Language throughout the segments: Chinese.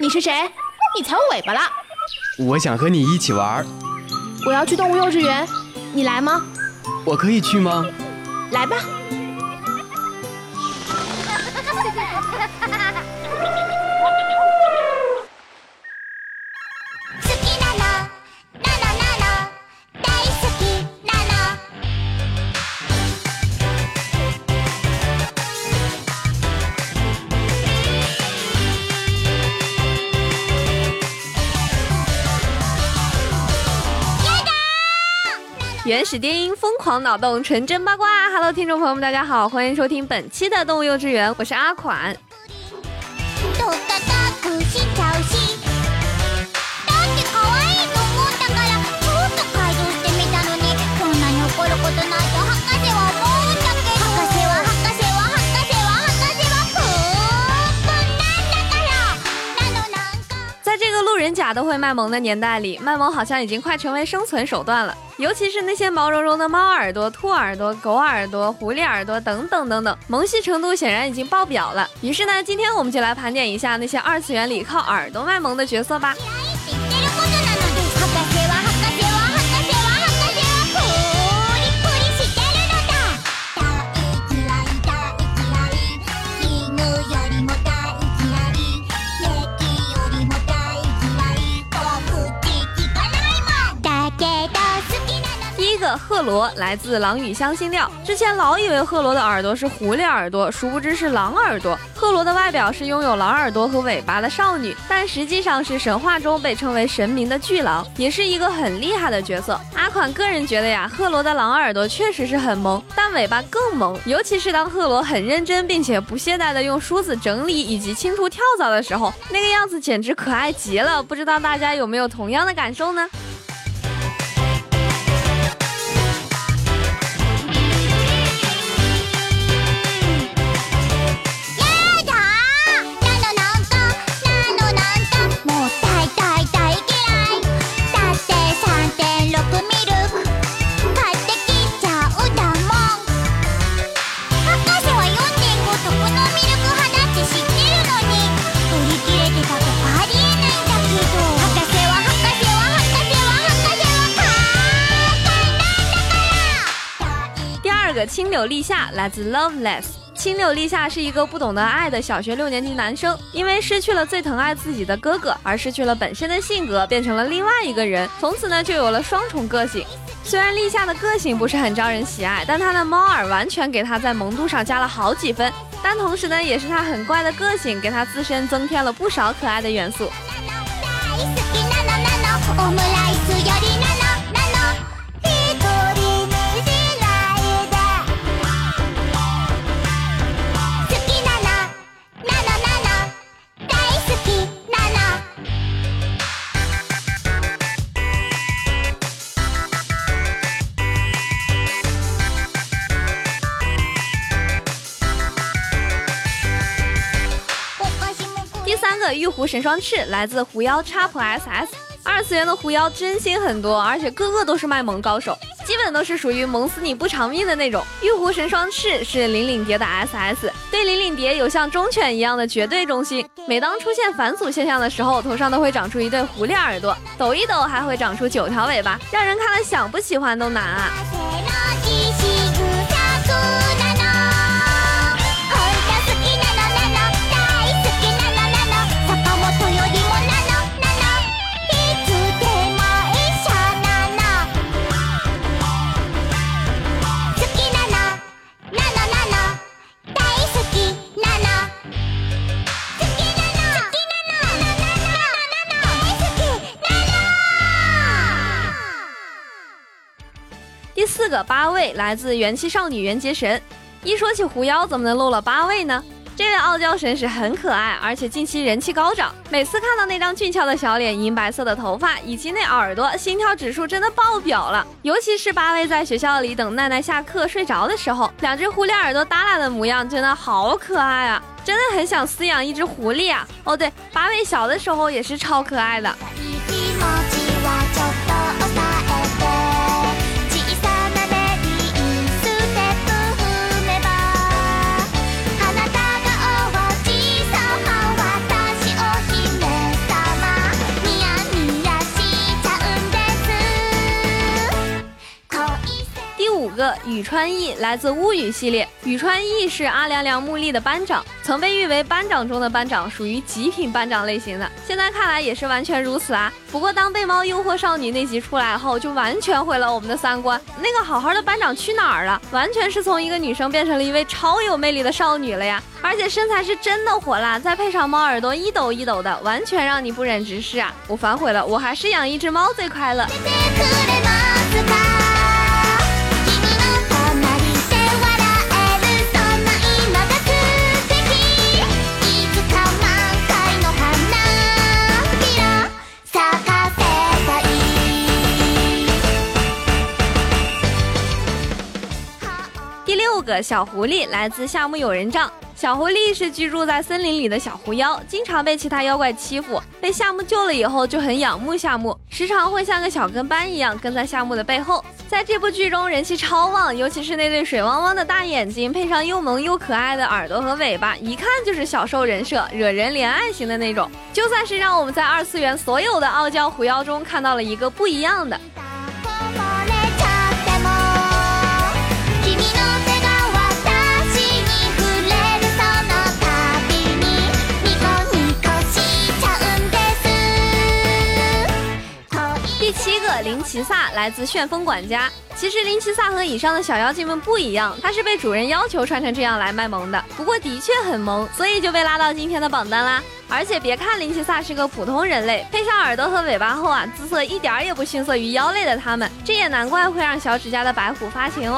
你是谁？你踩我尾巴了！ 我想和你一起玩。 我要去动物幼稚园，你来吗？ 我可以去吗？ 来吧。 原始电音，疯狂脑洞，纯真八卦。Hello， 听众朋友们，大家好，欢迎收听本期的动物幼稚园，我是阿款。在这个路人甲都会卖萌的年代里，卖萌好像已经快成为生存手段了。尤其是那些毛茸茸的猫耳朵、兔耳朵、狗耳朵、狐狸耳朵等等等等，萌系程度显然已经爆表了。于是呢，今天我们就来盘点一下那些二次元里靠耳朵卖萌的角色吧。赫罗来自狼与香辛料，之前老以为赫罗的耳朵是狐狸耳朵，殊不知是狼耳朵。赫罗的外表是拥有狼耳朵和尾巴的少女，但实际上是神话中被称为神明的巨狼，也是一个很厉害的角色。阿款个人觉得呀，赫罗的狼耳朵确实是很萌，但尾巴更萌，尤其是当赫罗很认真并且不懈怠的用梳子整理以及清除跳蚤的时候，那个样子简直可爱极了，不知道大家有没有同样的感受呢？青柳立夏来自 Loveless。 青柳立夏是一个不懂得爱的小学6年级男生，因为失去了最疼爱自己的哥哥，而失去了本身的性格，变成了另外一个人，从此呢就有了双重个性。虽然立夏的个性不是很招人喜爱，但他的猫耳完全给他在萌度上加了好几分，但同时呢也是他很怪的个性给他自身增添了不少可爱的元素。玉狐神双翅来自狐妖 XP SS。 二次元的狐妖真心很多，而且个个都是卖萌高手，基本都是属于萌死你不偿命的那种。玉狐神双翅是灵领蝶的 SS， 对灵领蝶有像忠犬一样的绝对忠心，每当出现返祖现象的时候，头上都会长出一对狐狸耳朵，抖一抖还会长出9条尾巴，让人看了想不喜欢都难啊。第4个八位来自元气少女缘结神。一说起狐妖，怎么能漏了八位呢？这位傲娇神使很可爱，而且近期人气高涨，每次看到那张俊俏的小脸、银白色的头发以及那耳朵，心跳指数真的爆表了。尤其是八位在学校里等奈奈下课睡着的时候，两只狐狸耳朵耷拉的模样真的好可爱啊，真的很想饲养一只狐狸啊。哦对，八位小的时候也是超可爱的。 宇川义来自物语系列。宇川义是阿凉凉木立的班长，曾被誉为班长中的班长，属于极品班长类型的。现在看来也是完全如此啊。不过当被猫诱惑少女那集出来后，就完全毁了我们的三观。那个好好的班长去哪儿了？完全是从一个女生变成了一位超有魅力的少女了呀！而且身材是真的火辣，再配上猫耳朵一抖一抖的，完全让你不忍直视啊！我反悔了，我还是养一只猫最快乐。第6个小狐狸来自夏目友人帐。小狐狸是居住在森林里的小狐妖，经常被其他妖怪欺负，被夏目救了以后就很仰慕夏目，时常会像个小跟班一样跟在夏目的背后。在这部剧中人气超旺，尤其是那对水汪汪的大眼睛，配上又萌又可爱的耳朵和尾巴，一看就是小受人设，惹人怜爱型的那种。就算是让我们在二次元所有的傲娇狐妖中看到了一个不一样的。第7个林奇萨来自旋风管家。其实林奇萨和以上的小妖精们不一样，他是被主人要求穿成这样来卖萌的，不过的确很萌，所以就被拉到今天的榜单啦。而且别看林奇萨是个普通人类，配上耳朵和尾巴后啊，姿色一点也不逊色于妖类的他们，这也难怪会让小指甲的白虎发情哦。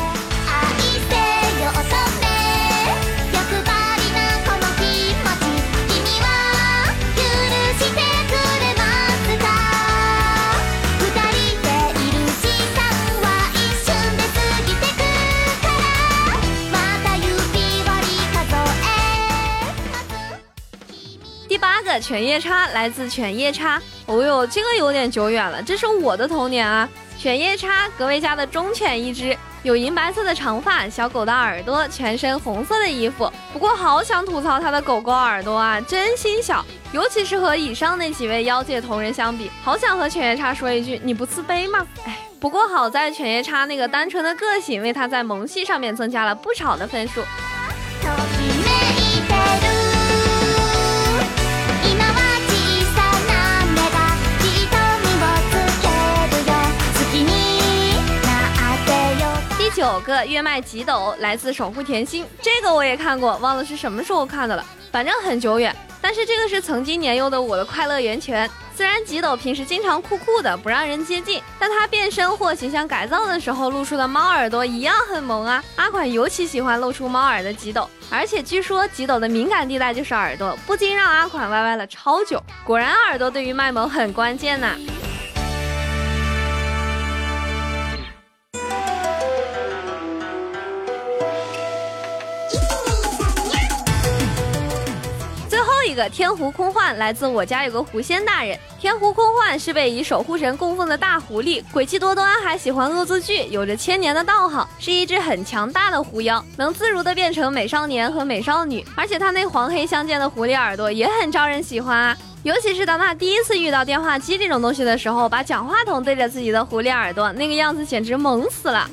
第8个犬夜叉来自犬夜叉。哦哟，这个有点久远了，这是我的童年啊！犬夜叉，格威家的忠犬一只，有银白色的长发，小狗的耳朵，全身红色的衣服。不过好想吐槽它的狗狗耳朵啊，真心小，尤其是和以上那几位妖界同人相比，好想和犬夜叉说一句：你不自卑吗？哎，不过好在犬夜叉那个单纯的个性，为它在萌系上面增加了不少的分数。第9个月卖吉斗来自守护甜心，这个我也看过，忘了是什么时候看的了，反正很久远。但是这个是曾经年幼的我的快乐源泉。虽然吉斗平时经常酷酷的不让人接近，但他变身或形象改造的时候露出的猫耳朵一样很萌啊。阿款尤其喜欢露出猫耳的吉斗，而且据说吉斗的敏感地带就是耳朵，不禁让阿款歪歪了超久。果然耳朵对于卖萌很关键呐。一个天狐空幻来自我家有个狐仙大人。天狐空幻是被以守护神供奉的大狐狸，诡计多端，还喜欢恶作剧，有着千年的道行，是一只很强大的狐妖，能自如的变成美少年和美少女。而且他那黄黑相间的狐狸耳朵也很招人喜欢啊，尤其是当他第一次遇到电话机这种东西的时候，把讲话筒对着自己的狐狸耳朵，那个样子简直萌死了。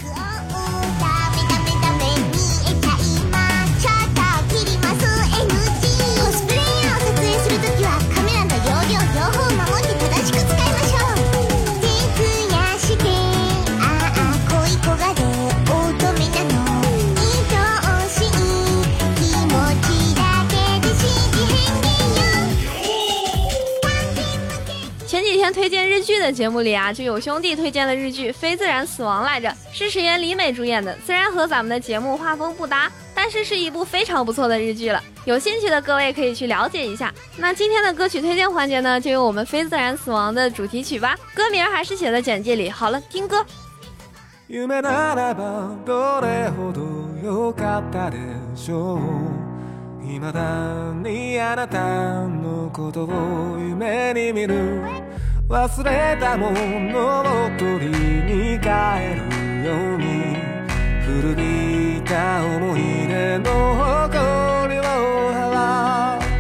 前几天推荐日剧的节目里啊，就有兄弟推荐了日剧《非自然死亡》来着，是石原里美主演的。虽然和咱们的节目画风不搭，但是是一部非常不错的日剧了。有兴趣的各位可以去了解一下。那今天的歌曲推荐环节呢，就由我们《非自然死亡》的主题曲吧，歌名还是写在简介里。好了，听歌。 夢ならばどれほど良かったでしょう。未だにあなたのことを夢に見る。忘れたものを取りに帰るように。古びた思い出の誇りを払う。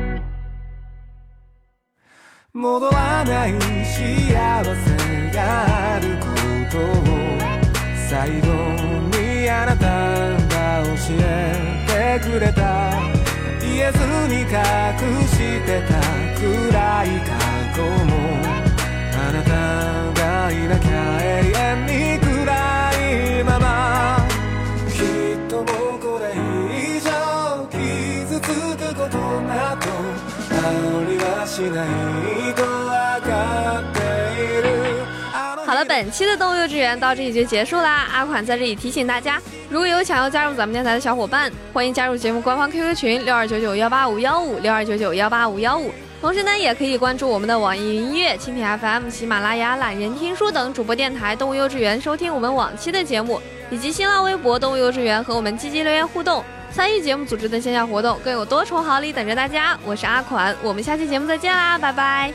戻らない幸せがあることを探最後にあなたが教えてくれた言えずに隠してた暗い過去もあなたがいなきゃ永遠に暗いままきっともうこれ以上傷つくことなどありはしないとわかっている好了，本期的动物幼稚园到这里就结束啦。阿款在这里提醒大家，如果有想要加入咱们电台的小伙伴，欢迎加入节目官方 QQ 群62991855156299185515。同时呢，也可以关注我们的网易云音乐、蜻蜓 FM、喜马拉雅、懒人听书等主播电台动物幼稚园，收听我们往期的节目，以及新浪微博动物幼稚园和我们积极留言互动，参与节目组织的线下活动，更有多重好礼等着大家。我是阿款，我们下期节目再见啦，拜拜。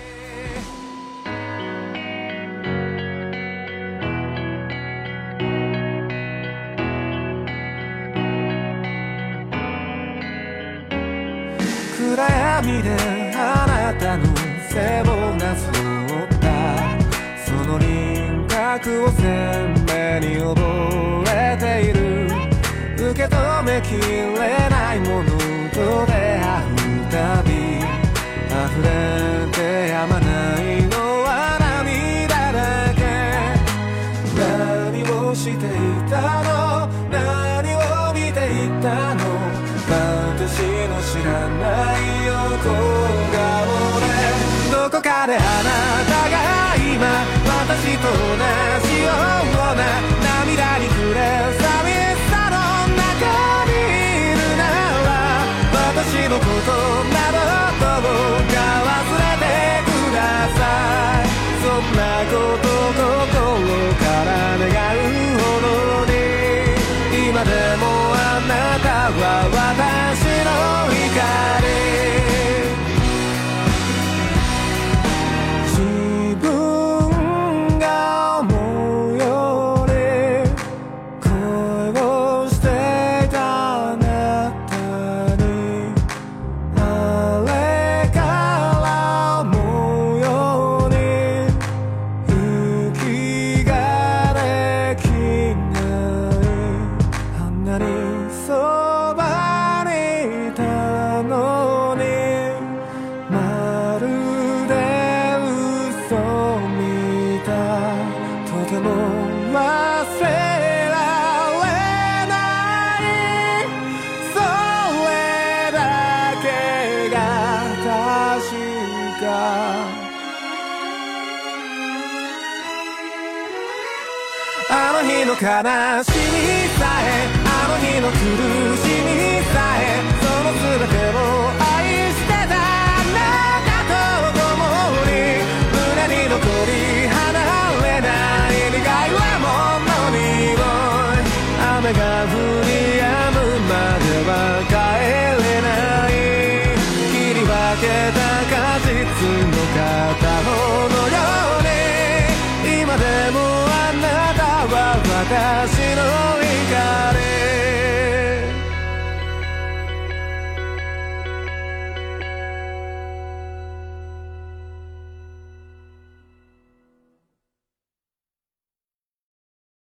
暗闇であなたの背をなぞったその輪郭を鮮明に覚えている受け止めきれないものと出会うたび溢れてやまないのは涙だけ何をしていたの何を見ていたの私の知らない横顔でどこかであなたが今私と同じような涙に暮れ寂しさの中にいるなら私のことなどどうか忘れてくださいそんなこと心から願うほどに今でもあなたは私の光自分が思うより恋をしていたあなたにあれから思うように息ができないあんなにそばにいたのにまるで嘘みたいとても忘れられないそれだけが確かあの日の悲しみさえあの日の苦しみ